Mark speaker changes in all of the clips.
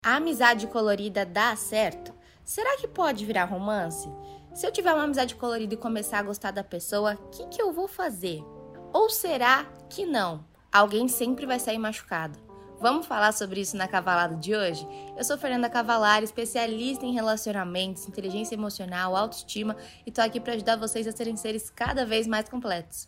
Speaker 1: A amizade colorida dá certo? Será que pode virar romance? Se eu tiver uma amizade colorida e começar a gostar da pessoa, o que eu vou fazer? Ou será que não? Alguém sempre vai sair machucado. Vamos falar sobre isso na Cavalada de hoje? Eu sou Fernanda Cavalari, especialista em relacionamentos, inteligência emocional, autoestima e tô aqui para ajudar vocês a serem seres cada vez mais completos.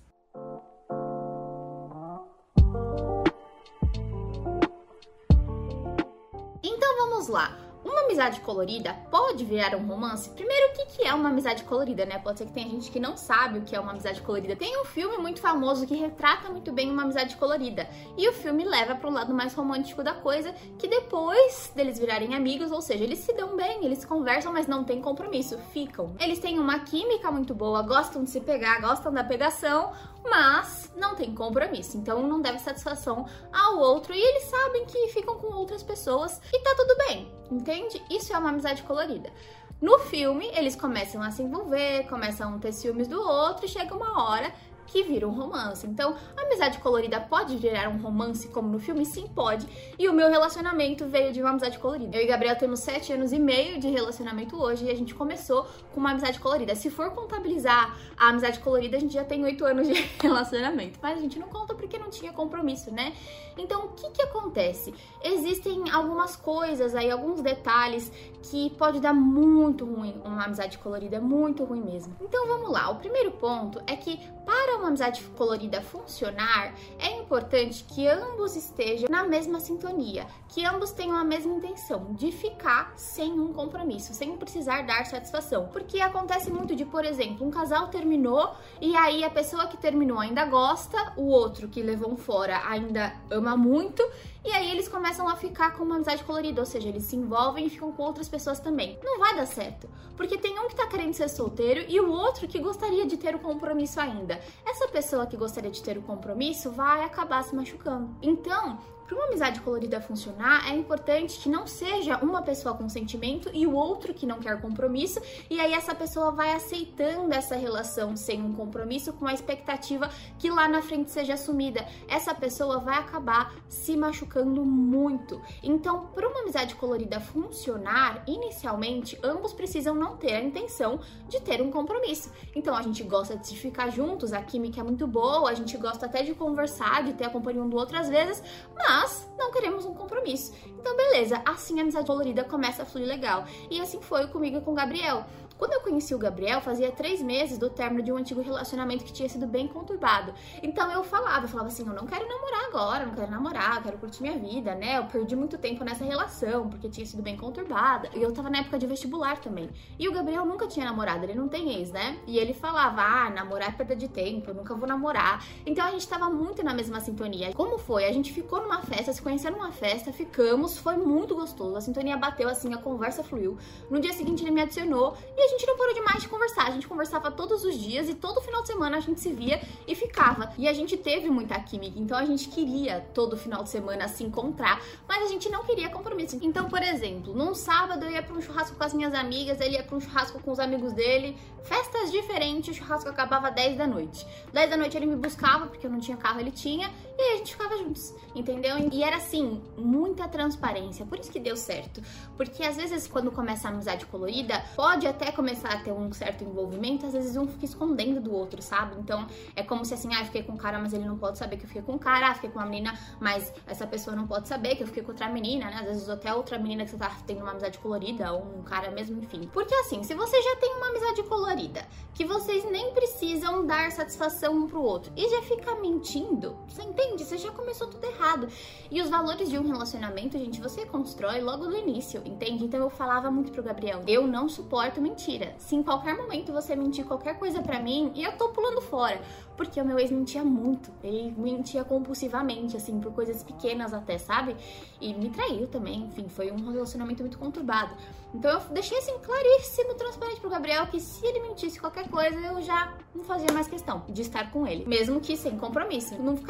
Speaker 1: Então vamos lá. Uma amizade colorida pode virar um romance? Primeiro, o que é uma amizade colorida, né? Pode ser que tenha gente que não sabe o que é uma amizade colorida. Tem um filme muito famoso que retrata muito bem uma amizade colorida. E o filme leva para o lado mais romântico da coisa, que depois deles virarem amigos, ou seja, eles se dão bem, eles conversam, mas não tem compromisso, ficam. Eles têm uma química muito boa, gostam de se pegar, gostam da pegação, mas não tem compromisso. Então um não deve satisfação ao outro e eles sabem que ficam com outras pessoas e tá tudo bem, entende? Isso é uma amizade colorida. No filme, eles começam a se envolver, começam a ter ciúmes do outro e chega uma hora que vira um romance. Então, a amizade colorida pode virar um romance como no filme? Sim, pode. E o meu relacionamento veio de uma amizade colorida. Eu e Gabriel temos 7 anos e meio de relacionamento hoje e a gente começou com uma amizade colorida. Se for contabilizar a amizade colorida, a gente já tem 8 anos de relacionamento. Mas a gente não conta porque não tinha compromisso, né? Então, o que acontece? Existem algumas coisas aí, alguns detalhes que pode dar muito ruim uma amizade colorida, muito ruim mesmo. Então, vamos lá. O primeiro ponto é que para uma amizade colorida funcionar, é importante que ambos estejam na mesma sintonia, que ambos tenham a mesma intenção de ficar sem um compromisso, sem precisar dar satisfação. Porque acontece muito de, por exemplo, um casal terminou e aí a pessoa que terminou ainda gosta, o outro que levou um fora ainda ama muito, e aí eles começam a ficar com uma amizade colorida, ou seja, eles se envolvem e ficam com outras pessoas também. Não vai dar certo, porque tem um que tá querendo ser solteiro e o outro que gostaria de ter o compromisso ainda. Essa pessoa que gostaria de ter o compromisso vai acabar se machucando. Então, para uma amizade colorida funcionar, é importante que não seja uma pessoa com sentimento e o outro que não quer compromisso, e aí essa pessoa vai aceitando essa relação sem um compromisso com a expectativa que lá na frente seja assumida. Essa pessoa vai acabar se machucando muito. Então, para uma amizade colorida funcionar, inicialmente, ambos precisam não ter a intenção de ter um compromisso. Então, a gente gosta de ficar juntos, a química é muito boa, a gente gosta até de conversar, de ter a companhia um do outro às vezes, mas não queremos um compromisso. Então, beleza, assim a amizade colorida começa a fluir legal. E assim foi comigo e com o Gabriel. Quando eu conheci o Gabriel, fazia 3 meses do término de um antigo relacionamento que tinha sido bem conturbado. Então eu falava assim, eu não quero namorar agora, não quero namorar, eu quero curtir minha vida, né? Eu perdi muito tempo nessa relação, porque tinha sido bem conturbada. E eu tava na época de vestibular também. E o Gabriel nunca tinha namorado, ele não tem ex, né? E ele falava, namorar é perda de tempo, eu nunca vou namorar. Então a gente tava muito na mesma sintonia. Como foi? A gente ficou numa festa, se conheceu numa festa, ficamos, foi muito gostoso. A sintonia bateu assim, a conversa fluiu. No dia seguinte ele me adicionou e a gente não parou demais de conversar, a gente conversava todos os dias e todo final de semana a gente se via e ficava. E a gente teve muita química, então a gente queria todo final de semana se encontrar, mas a gente não queria compromisso. Então, por exemplo, num sábado eu ia pra um churrasco com as minhas amigas, ele ia pra um churrasco com os amigos dele, festas diferentes, o churrasco acabava 10 da noite. 10 da noite ele me buscava, porque eu não tinha carro, ele tinha, e aí a gente ficava juntos, entendeu? E era assim, muita transparência, por isso que deu certo. Porque às vezes quando começa a amizade colorida, pode até começar a ter um certo envolvimento, às vezes um fica escondendo do outro, sabe? Então é como se assim, eu fiquei com um cara, mas ele não pode saber que eu fiquei com um cara, fiquei com uma menina, mas essa pessoa não pode saber que eu fiquei com outra menina, né? Às vezes até outra menina que você tá tendo uma amizade colorida, ou um cara mesmo, enfim. Porque assim, se você já tem uma amizade colorida, que vocês nem precisam dar satisfação um pro outro, e já fica mentindo, você entende? Você já começou tudo errado. E os valores de um relacionamento, gente, você constrói logo no início, entende? Então eu falava muito pro Gabriel, eu não suporto mentira. Se em qualquer momento você mentir qualquer coisa pra mim, eu tô pulando fora. Porque o meu ex mentia muito, ele mentia compulsivamente, assim, por coisas pequenas até, sabe? E me traiu também, enfim, foi um relacionamento muito conturbado. Então eu deixei assim, claríssimo, transparente pro Gabriel, que se ele mentisse qualquer coisa, eu já não fazia mais questão de estar com ele. Mesmo que sem compromisso, eu não ficaria mais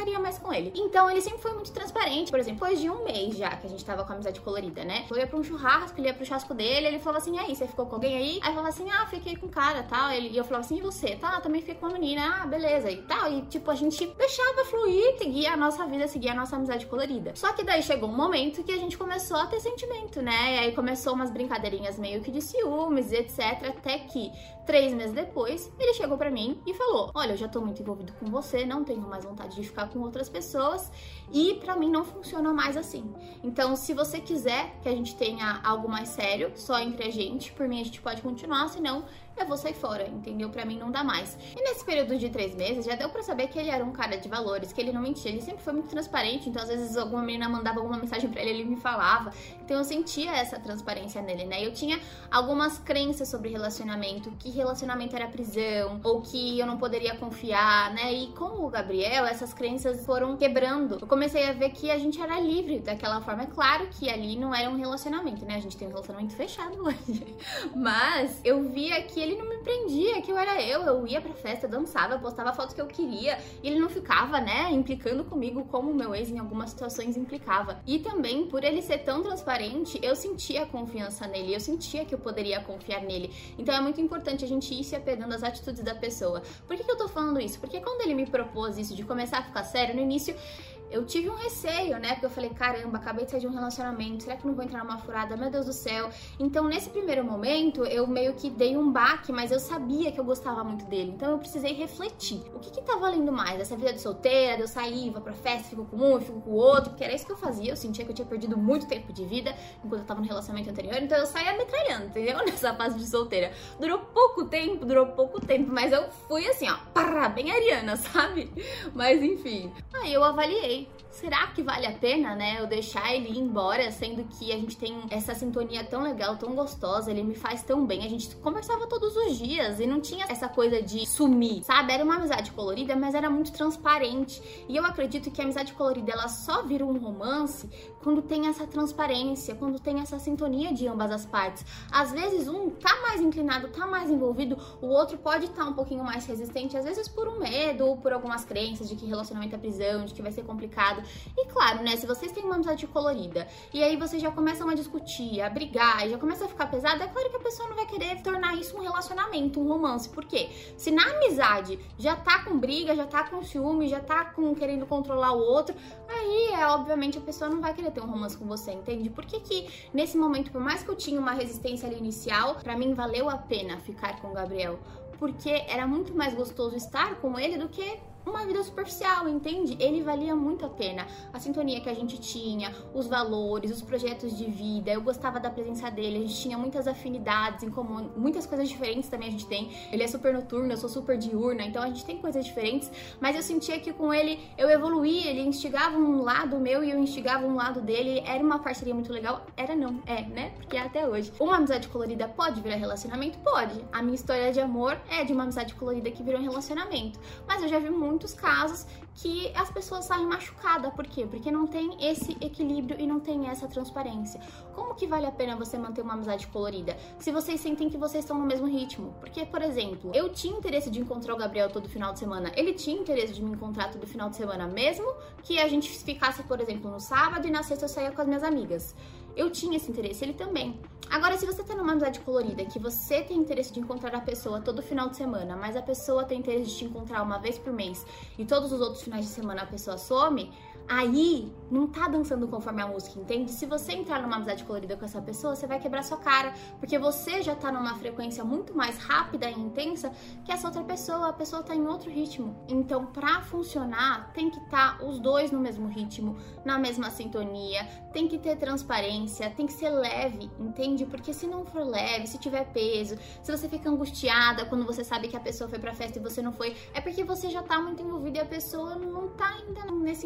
Speaker 1: com ele. Então ele sempre foi muito transparente. Por exemplo, depois de um mês já que a gente tava com a amizade colorida, né? Eu ia pra um churrasco, ele ia pro churrasco dele, ele falava assim, aí, você ficou com alguém aí? Aí eu falava assim, ah, fiquei com um cara, tal. E eu falava assim, e você? Tá, também fiquei com uma menina, ah, beleza, e tal. E tipo, a gente deixava fluir, seguir a nossa vida, seguir a nossa amizade colorida. Só que daí chegou um momento que a gente começou a ter sentimento, né? E aí começou umas brincadeirinhas meio que de ciúmes, etc. Até que 3 meses depois, ele chegou pra mim e falou, olha, eu já tô muito envolvido com você, não tenho mais vontade de ficar com outras pessoas e pra mim não funciona mais assim. Então, se você quiser que a gente tenha algo mais sério, só entre a gente, por mim a gente pode continuar, senão eu vou sair fora, entendeu? Pra mim não dá mais. E nesse período de 3 meses, já deu pra saber que ele era um cara de valores, que ele não mentia, ele sempre foi muito transparente, então às vezes alguma menina mandava alguma mensagem pra ele me falava. Então eu sentia essa transparência nele, né? Eu tinha algumas crenças sobre relacionamento, que relacionamento era prisão, ou que eu não poderia confiar, né? E com o Gabriel, essas crenças foram quebrando. Eu comecei a ver que a gente era livre daquela forma. É claro que ali não era um relacionamento, né? A gente tem um relacionamento fechado hoje. Mas eu via que ele não me prendia, que eu ia pra festa, dançava, postava fotos que eu queria, e ele não ficava, né, implicando comigo como o meu ex em algumas situações implicava. E também, por ele ser tão transparente, eu sentia confiança nele, eu sentia que eu poderia confiar nele. Então é muito importante a gente ir se apegando às atitudes da pessoa. Por que eu tô falando isso? Porque quando ele me propôs isso de começar a ficar sério, no início eu tive um receio, né? Porque eu falei, caramba, acabei de sair de um relacionamento, será que não vou entrar numa furada? Meu Deus do céu. Então, nesse primeiro momento, eu meio que dei um baque, mas eu sabia que eu gostava muito dele. Então, eu precisei refletir. O que tá valendo mais? Essa vida de solteira, de eu sair, vou pra festa, fico com um, fico com o outro, porque era isso que eu fazia. Eu sentia que eu tinha perdido muito tempo de vida enquanto eu tava no relacionamento anterior. Então, eu saía metralhando, entendeu? Nessa fase de solteira. Durou pouco tempo, mas eu fui assim, ó, pará, bem ariana, sabe? Mas, enfim. Aí eu avaliei. Será que vale a pena, né, eu deixar ele ir embora, sendo que a gente tem essa sintonia tão legal, tão gostosa, ele me faz tão bem, a gente conversava todos os dias e não tinha essa coisa de sumir, sabe? Era uma amizade colorida, mas era muito transparente. E eu acredito que a amizade colorida, ela só vira um romance quando tem essa transparência, quando tem essa sintonia de ambas as partes. Às vezes um tá mais inclinado, tá mais envolvido, o outro pode estar um pouquinho mais resistente, às vezes por um medo ou por algumas crenças de que relacionamento é prisão, de que vai ser complicado. E claro, né, se vocês têm uma amizade colorida e aí vocês já começam a discutir, a brigar, e já começa a ficar pesado, é claro que a pessoa não vai querer tornar isso um relacionamento, um romance. Por quê? Se na amizade já tá com briga, já tá com ciúme, já tá com querendo controlar o outro, aí obviamente a pessoa não vai querer ter um romance com você, entende? Por que nesse momento, por mais que eu tinha uma resistência ali inicial, pra mim valeu a pena ficar com o Gabriel? Porque era muito mais gostoso estar com ele do que uma vida superficial, entende? Ele valia muito a pena. A sintonia que a gente tinha, os valores, os projetos de vida, eu gostava da presença dele, a gente tinha muitas afinidades em comum, muitas coisas diferentes também a gente tem. Ele é super noturno, eu sou super diurna, então a gente tem coisas diferentes, mas eu sentia que com ele eu evoluía, ele instigava um lado meu e eu instigava um lado dele, era uma parceria muito legal. Era não, é, né? Porque é até hoje. Uma amizade colorida pode virar relacionamento? Pode. A minha história de amor é de uma amizade colorida que virou um relacionamento, mas eu já vi muitos casos que as pessoas saem machucadas. Por quê? Porque não tem esse equilíbrio e não tem essa transparência. Como que vale a pena você manter uma amizade colorida se vocês sentem que vocês estão no mesmo ritmo? Porque, por exemplo, eu tinha interesse de encontrar o Gabriel todo final de semana, ele tinha interesse de me encontrar todo final de semana, mesmo que a gente ficasse, por exemplo, no sábado e na sexta eu saía com as minhas amigas. Eu tinha esse interesse, ele também. Agora, se você tá numa amizade colorida, que você tem interesse de encontrar a pessoa todo final de semana, mas a pessoa tem interesse de te encontrar uma vez por mês e todos os outros finais de semana a pessoa some, aí não tá dançando conforme a música, entende? Se você entrar numa amizade colorida com essa pessoa, você vai quebrar sua cara, porque você já tá numa frequência muito mais rápida e intensa que essa outra pessoa, a pessoa tá em outro ritmo. Então, pra funcionar, tem que estar os dois no mesmo ritmo, na mesma sintonia, tem que ter transparência, tem que ser leve, entende? Porque se não for leve, se tiver peso, se você fica angustiada quando você sabe que a pessoa foi pra festa e você não foi, é porque você já tá muito envolvido e a pessoa não tá ainda nesse envolvimento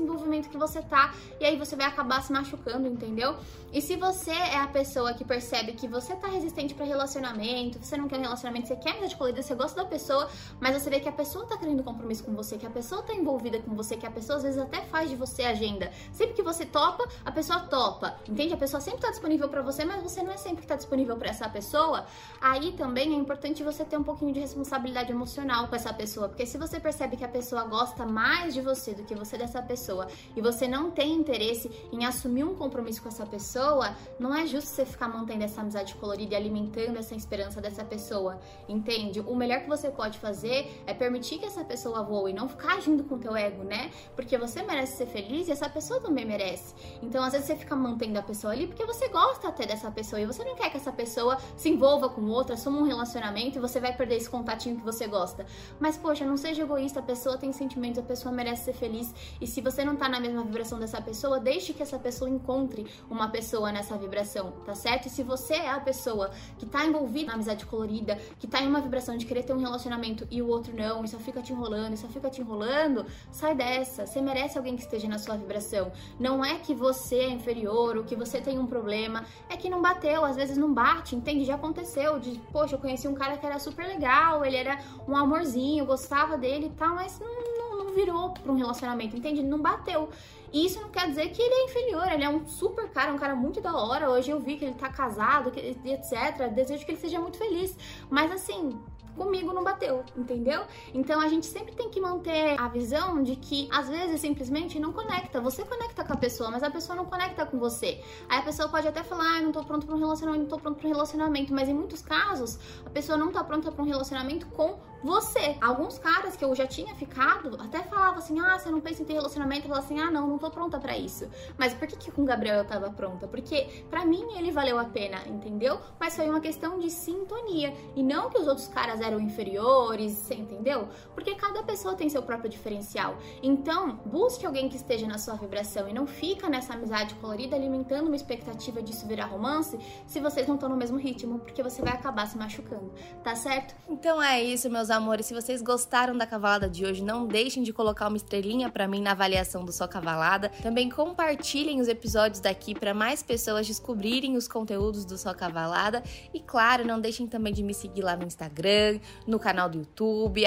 Speaker 1: relacionamento que você tá, e aí você vai acabar se machucando, entendeu? E se você é a pessoa que percebe que você tá resistente pra relacionamento, você não quer um relacionamento, você quer amizade colorida, você gosta da pessoa, mas você vê que a pessoa tá querendo compromisso com você, que a pessoa tá envolvida com você, que a pessoa às vezes até faz de você agenda. Sempre que você topa, a pessoa topa, entende? A pessoa sempre tá disponível pra você, mas você não é sempre que tá disponível pra essa pessoa. Aí também é importante você ter um pouquinho de responsabilidade emocional com essa pessoa, porque se você percebe que a pessoa gosta mais de você do que você dessa pessoa e você não tem interesse em assumir um compromisso com essa pessoa, não é justo você ficar mantendo essa amizade colorida e alimentando essa esperança dessa pessoa, entende? O melhor que você pode fazer é permitir que essa pessoa voe e não ficar agindo com o teu ego, né? Porque você merece ser feliz e essa pessoa também merece. Então, às vezes você fica mantendo a pessoa ali porque você gosta até dessa pessoa e você não quer que essa pessoa se envolva com outra, assuma um relacionamento e você vai perder esse contatinho que você gosta. Mas, poxa, não seja egoísta, a pessoa tem sentimentos, a pessoa merece ser feliz e se você não tá na mesma vibração dessa pessoa, deixe que essa pessoa encontre uma pessoa nessa vibração, tá certo? E se você é a pessoa que tá envolvida na amizade colorida, que tá em uma vibração de querer ter um relacionamento e o outro não, e só fica te enrolando, sai dessa. Você merece alguém que esteja na sua vibração. Não é que você é inferior ou que você tem um problema, é que não bateu, às vezes não bate, entende? Já aconteceu, poxa, eu conheci um cara que era super legal, ele era um amorzinho, eu gostava dele e tal, mas não virou pra um relacionamento, entende? Não bateu. E isso não quer dizer que ele é inferior, ele é um super cara, um cara muito da hora. Hoje eu vi que ele tá casado, etc. Desejo que ele seja muito feliz. Mas assim, comigo não bateu, entendeu? Então a gente sempre tem que manter a visão de que às vezes simplesmente não conecta. Você conecta com a pessoa, mas a pessoa não conecta com você. Aí a pessoa pode até falar, não tô pronto pra um relacionamento, não tô pronto pra um relacionamento, mas em muitos casos a pessoa não tá pronta pra um relacionamento com você. Alguns caras que eu já tinha ficado até falavam assim, você não pensa em ter relacionamento? Eu falava assim, não tô pronta pra isso. Mas por que com o Gabriel eu tava pronta? Porque pra mim ele valeu a pena, entendeu? Mas foi uma questão de sintonia e não que os outros caras eram inferiores, você entendeu? Porque cada pessoa tem seu próprio diferencial. Então, busque alguém que esteja na sua vibração e não fica nessa amizade colorida alimentando uma expectativa disso virar romance se vocês não estão no mesmo ritmo, porque você vai acabar se machucando, tá certo?
Speaker 2: Então é isso, meus amores. Se vocês gostaram da cavalada de hoje, não deixem de colocar uma estrelinha pra mim na avaliação do Só Cavalada. Também compartilhem os episódios daqui para mais pessoas descobrirem os conteúdos do Só Cavalada. E claro, não deixem também de me seguir lá no Instagram, no canal do YouTube,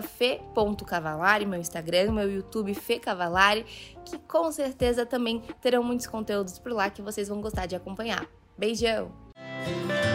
Speaker 2: @fe.cavalari, meu Instagram, meu YouTube Fê Cavalari, que com certeza também terão muitos conteúdos por lá que vocês vão gostar de acompanhar. Beijão!